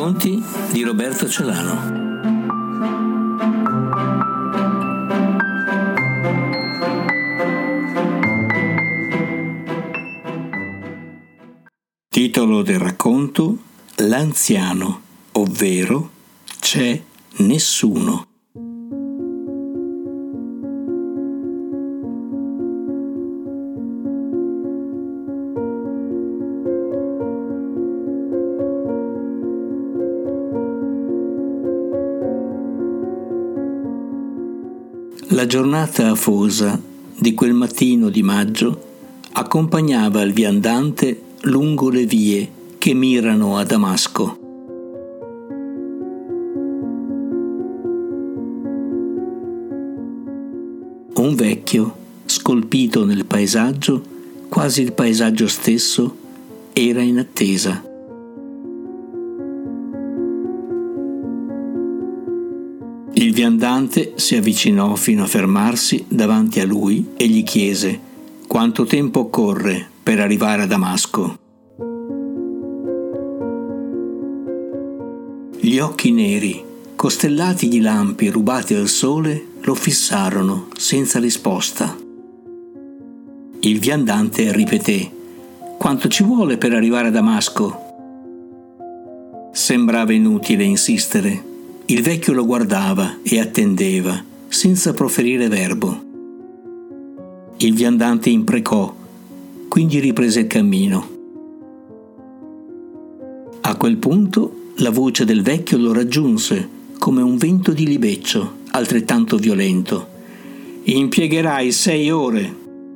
Racconti di Roberto Celano. Titolo del racconto: L'anziano, ovvero c'è nessuno. La giornata afosa di quel mattino di maggio accompagnava il viandante lungo le vie che mirano a Damasco. Un vecchio, scolpito nel paesaggio, quasi il paesaggio stesso, era in attesa. Il viandante si avvicinò fino a fermarsi davanti a lui e gli chiese: «Quanto tempo occorre per arrivare a Damasco?» Gli occhi neri, costellati di lampi rubati al sole, lo fissarono senza risposta. Il viandante ripeté: «Quanto ci vuole per arrivare a Damasco?» Sembrava inutile insistere. Il vecchio lo guardava e attendeva, senza proferire verbo. Il viandante imprecò, quindi riprese il cammino. A quel punto la voce del vecchio lo raggiunse come un vento di libeccio, altrettanto violento. «Impiegherai 6 ore!»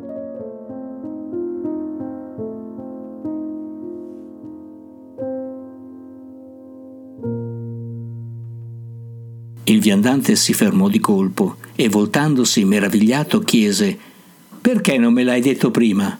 Il viandante si fermò di colpo e, voltandosi meravigliato, chiese: «Perché non me l'hai detto prima?»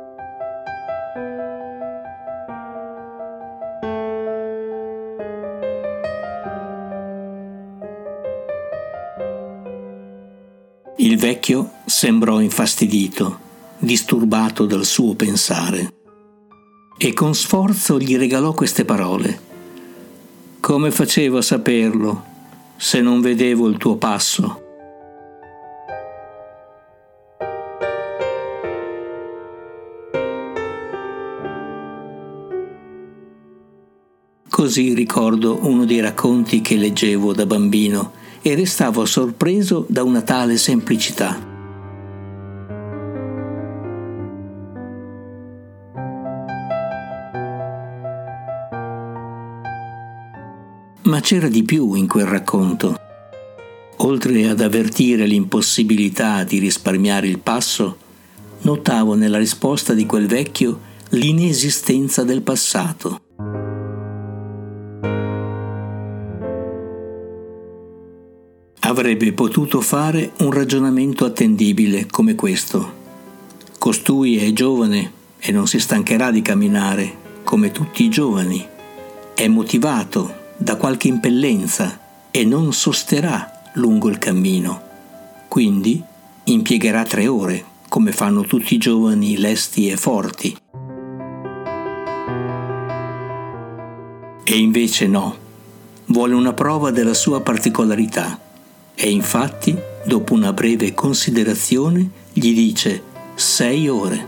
Il vecchio sembrò infastidito, disturbato dal suo pensare, e con sforzo gli regalò queste parole: «Come facevo a saperlo se non vedevo il tuo passo?» Così ricordo uno dei racconti che leggevo da bambino e restavo sorpreso da una tale semplicità. Ma c'era di più in quel racconto. Oltre ad avvertire l'impossibilità di risparmiare il passo, notavo nella risposta di quel vecchio l'inesistenza del passato. Avrebbe potuto fare un ragionamento attendibile come questo: costui è giovane e non si stancherà di camminare, come tutti i giovani. È motivato da qualche impellenza e non sosterà lungo il cammino, quindi impiegherà 3 ore, come fanno tutti i giovani lesti e forti. E invece no, vuole una prova della sua particolarità. E infatti, dopo una breve considerazione, gli dice 6 ore.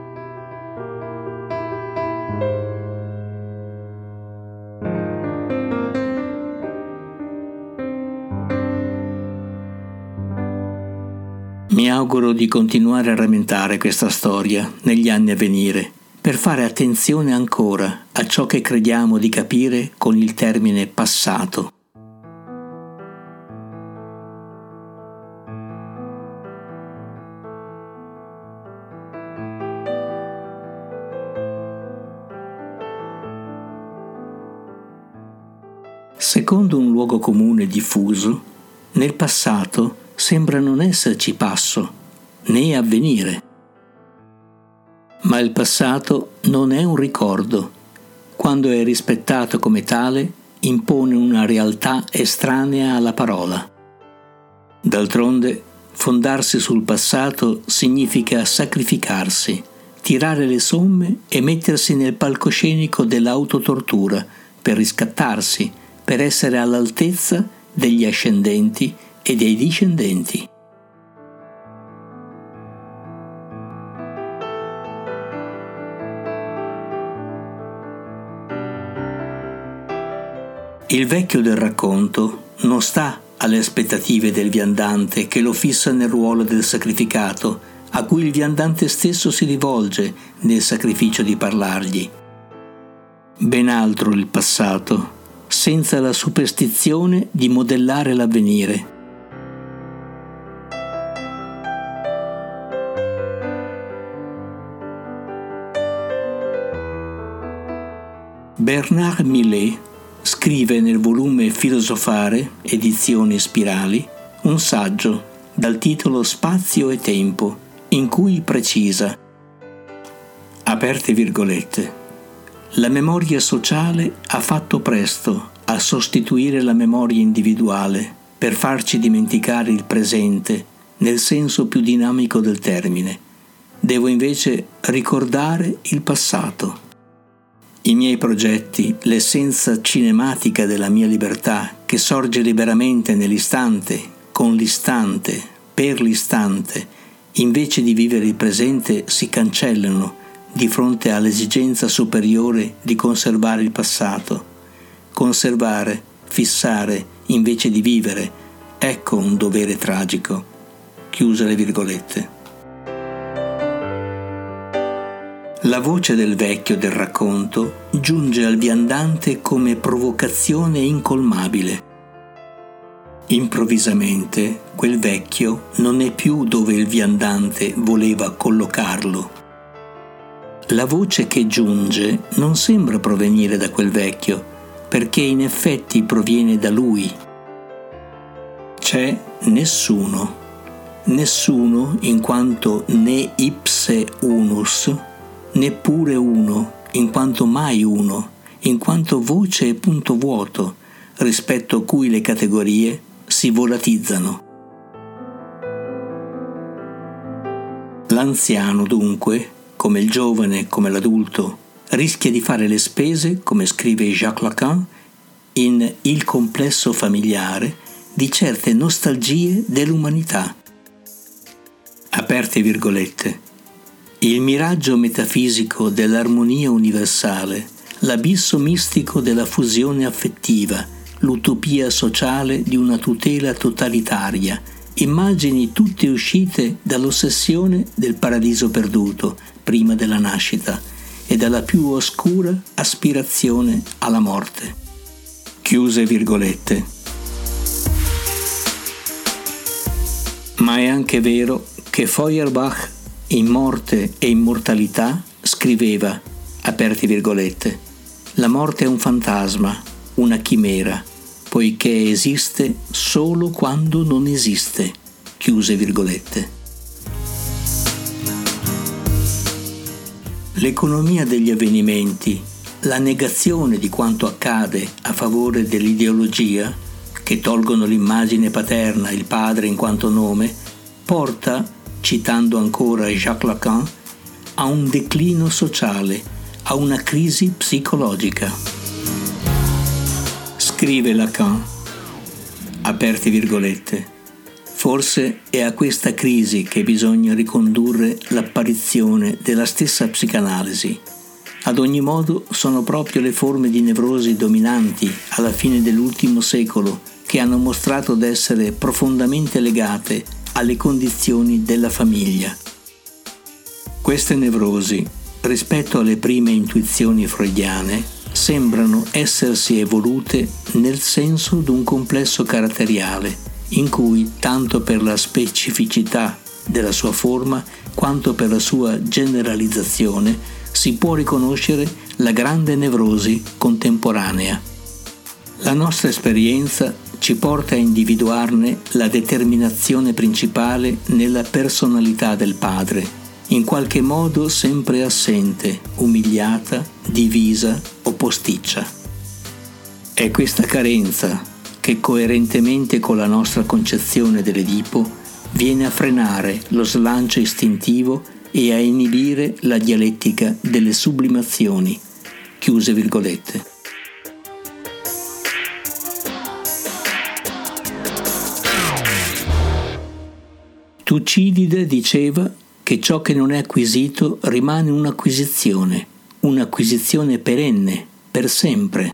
Mi auguro di continuare a rammentare questa storia negli anni a venire, per fare attenzione ancora a ciò che crediamo di capire con il termine passato. Secondo un luogo comune diffuso, nel passato sembra non esserci passo, né avvenire. Ma il passato non è un ricordo. Quando è rispettato come tale, impone una realtà estranea alla parola. D'altronde, fondarsi sul passato significa sacrificarsi, tirare le somme e mettersi nel palcoscenico dell'autotortura, per riscattarsi, per essere all'altezza degli ascendenti e dei discendenti. Il vecchio del racconto non sta alle aspettative del viandante che lo fissa nel ruolo del sacrificato, a cui il viandante stesso si rivolge nel sacrificio di parlargli. Ben altro il passato, senza la superstizione di modellare l'avvenire. Bernard Millet scrive nel volume Filosofare, edizioni Spirali, un saggio dal titolo Spazio e Tempo, in cui precisa, aperte virgolette, la memoria sociale ha fatto presto a sostituire la memoria individuale per farci dimenticare il presente nel senso più dinamico del termine. Devo invece ricordare il passato. I miei progetti, l'essenza cinematica della mia libertà, che sorge liberamente nell'istante, con l'istante, per l'istante, invece di vivere il presente, si cancellano di fronte all'esigenza superiore di conservare il passato. Conservare, fissare, invece di vivere, ecco un dovere tragico. Chiuse le virgolette. La voce del vecchio del racconto giunge al viandante come provocazione incolmabile. Improvvisamente quel vecchio non è più dove il viandante voleva collocarlo. La voce che giunge non sembra provenire da quel vecchio, perché in effetti proviene da lui. C'è nessuno in quanto né ipse unus, neppure uno, in quanto mai uno, in quanto voce e punto vuoto, rispetto a cui le categorie si volatizzano. L'anziano, dunque, come il giovane, come l'adulto, rischia di fare le spese, come scrive Jacques Lacan, in Il complesso familiare, di certe nostalgie dell'umanità. Aperte virgolette. Il miraggio metafisico dell'armonia universale, l'abisso mistico della fusione affettiva, l'utopia sociale di una tutela totalitaria, immagini tutte uscite dall'ossessione del paradiso perduto prima della nascita e dalla più oscura aspirazione alla morte. Chiuse virgolette. Ma è anche vero che Feuerbach, in Morte e Immortalità, scriveva, aperte virgolette, la morte è un fantasma, una chimera, poiché esiste solo quando non esiste, chiuse virgolette. L'economia degli avvenimenti, la negazione di quanto accade a favore dell'ideologia, che tolgono l'immagine paterna, il padre in quanto nome, porta, citando ancora Jacques Lacan, a un declino sociale, a una crisi psicologica. Scrive Lacan, aperte virgolette, forse è a questa crisi che bisogna ricondurre l'apparizione della stessa psicanalisi. Ad ogni modo sono proprio le forme di nevrosi dominanti alla fine dell'ultimo secolo che hanno mostrato d'essere profondamente legate alle condizioni della famiglia. Queste nevrosi, rispetto alle prime intuizioni freudiane, sembrano essersi evolute nel senso d'un complesso caratteriale, in cui, tanto per la specificità della sua forma quanto per la sua generalizzazione, si può riconoscere la grande nevrosi contemporanea. La nostra esperienza ci porta a individuarne la determinazione principale nella personalità del padre, in qualche modo sempre assente, umiliata, divisa o posticcia. È questa carenza che, coerentemente con la nostra concezione dell'Edipo, viene a frenare lo slancio istintivo e a inibire la dialettica delle sublimazioni. Chiuse virgolette. Tucidide diceva che ciò che non è acquisito rimane un'acquisizione perenne, per sempre.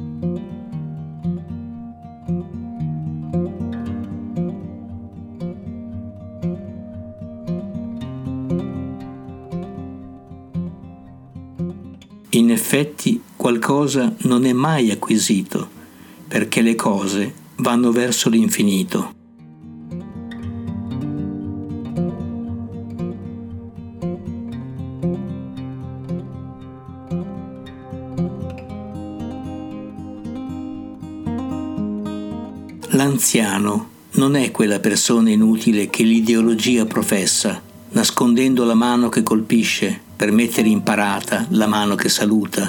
In effetti qualcosa non è mai acquisito, perché le cose vanno verso l'infinito. L'anziano non è quella persona inutile che l'ideologia professa, nascondendo la mano che colpisce per mettere in parata la mano che saluta.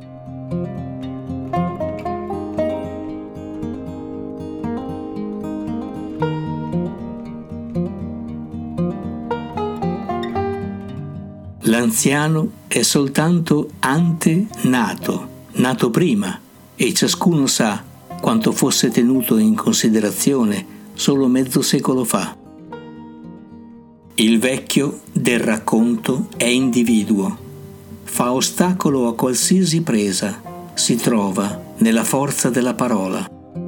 L'anziano è soltanto antenato, nato prima, e ciascuno sa quanto fosse tenuto in considerazione solo mezzo secolo fa. Il vecchio del racconto è individuo, fa ostacolo a qualsiasi presa, si trova nella forza della parola.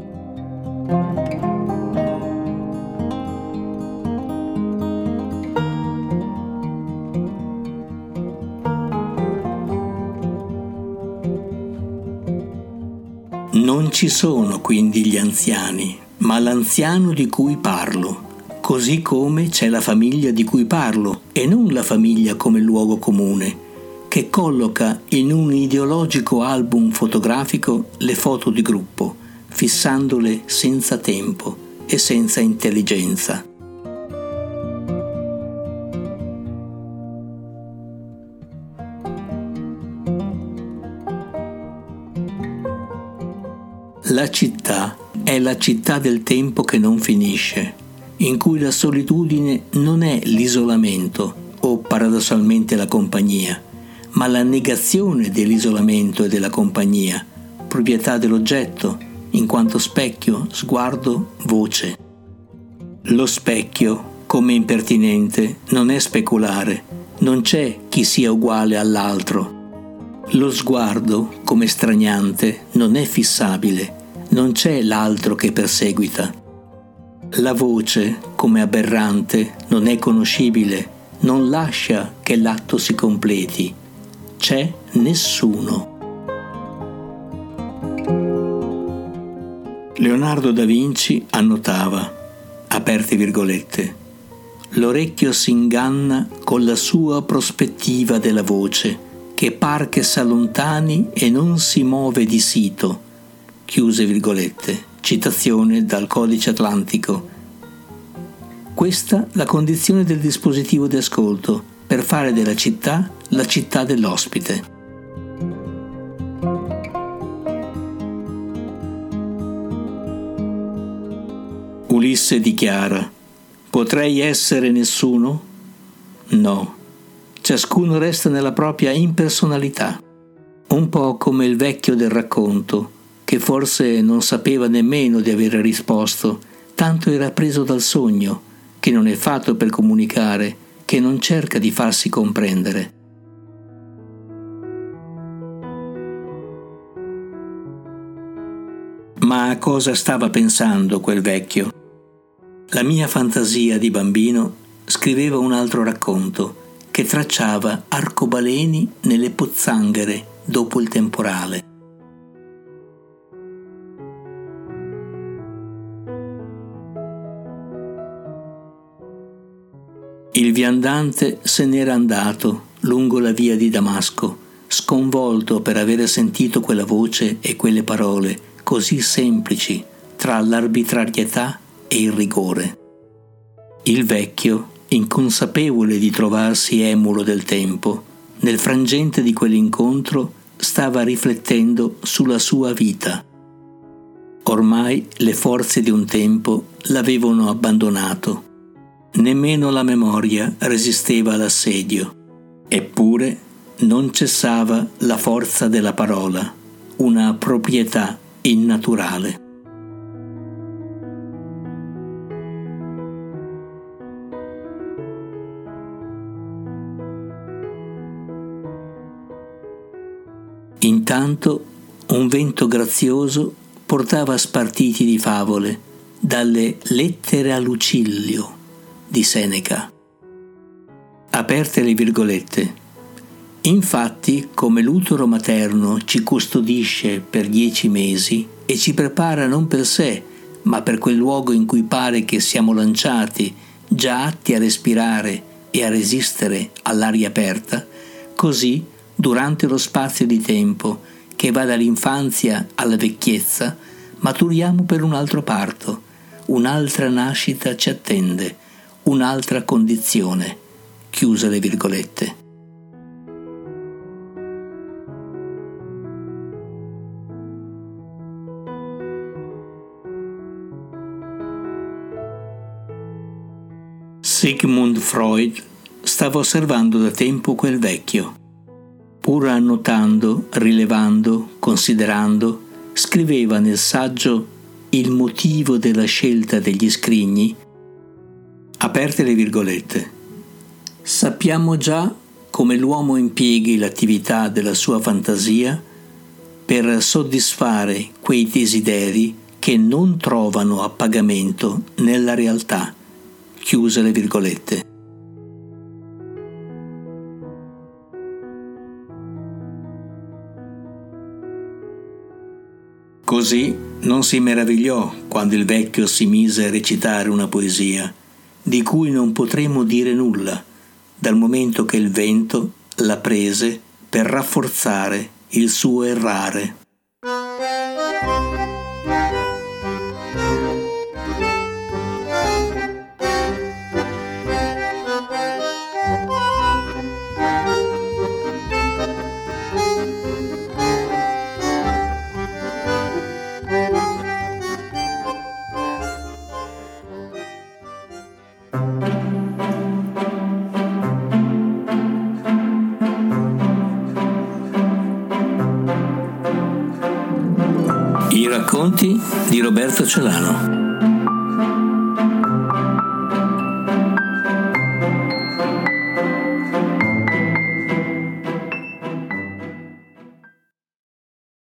Non ci sono quindi gli anziani, ma l'anziano di cui parlo, così come c'è la famiglia di cui parlo e non la famiglia come luogo comune, che colloca in un ideologico album fotografico le foto di gruppo, fissandole senza tempo e senza intelligenza. La città è la città del tempo che non finisce, in cui la solitudine non è l'isolamento o paradossalmente la compagnia, ma la negazione dell'isolamento e della compagnia, proprietà dell'oggetto, in quanto specchio, sguardo, voce. Lo specchio, come impertinente, non è speculare, non c'è chi sia uguale all'altro. Lo sguardo, come straniante, non è fissabile, non c'è l'altro che perseguita. La voce, come aberrante, non è conoscibile, non lascia che l'atto si completi. C'è nessuno. Leonardo da Vinci annotava, aperte virgolette, l'orecchio s'inganna con la sua prospettiva della voce, che par che s'allontani e non si muove di sito, chiuse virgolette, citazione dal Codice Atlantico. Questa la condizione del dispositivo di ascolto per fare della città la città dell'ospite. Ulisse dichiara: potrei essere nessuno? No. Ciascuno resta nella propria impersonalità, un po' come il vecchio del racconto, che forse non sapeva nemmeno di avere risposto, tanto era preso dal sogno, che non è fatto per comunicare, che non cerca di farsi comprendere. Ma a cosa stava pensando quel vecchio? La mia fantasia di bambino scriveva un altro racconto, che tracciava arcobaleni nelle pozzanghere dopo il temporale. Il viandante se n'era andato lungo la via di Damasco, sconvolto per avere sentito quella voce e quelle parole così semplici tra l'arbitrarietà e il rigore. Il vecchio, inconsapevole di trovarsi emulo del tempo, nel frangente di quell'incontro stava riflettendo sulla sua vita. Ormai le forze di un tempo l'avevano abbandonato. Nemmeno la memoria resisteva all'assedio. Eppure non cessava la forza della parola, una proprietà innaturale. Intanto un vento grazioso portava spartiti di favole dalle Lettere a Lucilio di Seneca. Aperte le virgolette. Infatti, come l'utero materno ci custodisce per 10 mesi e ci prepara non per sé, ma per quel luogo in cui pare che siamo lanciati, già atti a respirare e a resistere all'aria aperta, così, durante lo spazio di tempo che va dall'infanzia alla vecchiezza, maturiamo per un altro parto, un'altra nascita ci attende, un'altra condizione. Chiuse le virgolette. Sigmund Freud stava osservando da tempo quel vecchio. Pur annotando, rilevando, considerando, scriveva nel saggio Il motivo della scelta degli scrigni. Aperte le virgolette. Sappiamo già come l'uomo impieghi l'attività della sua fantasia per soddisfare quei desideri che non trovano appagamento nella realtà. Chiuse le virgolette. Così non si meravigliò quando il vecchio si mise a recitare una poesia, di cui non potremo dire nulla, dal momento che il vento la prese per rafforzare il suo errare. I racconti di Roberto Celano.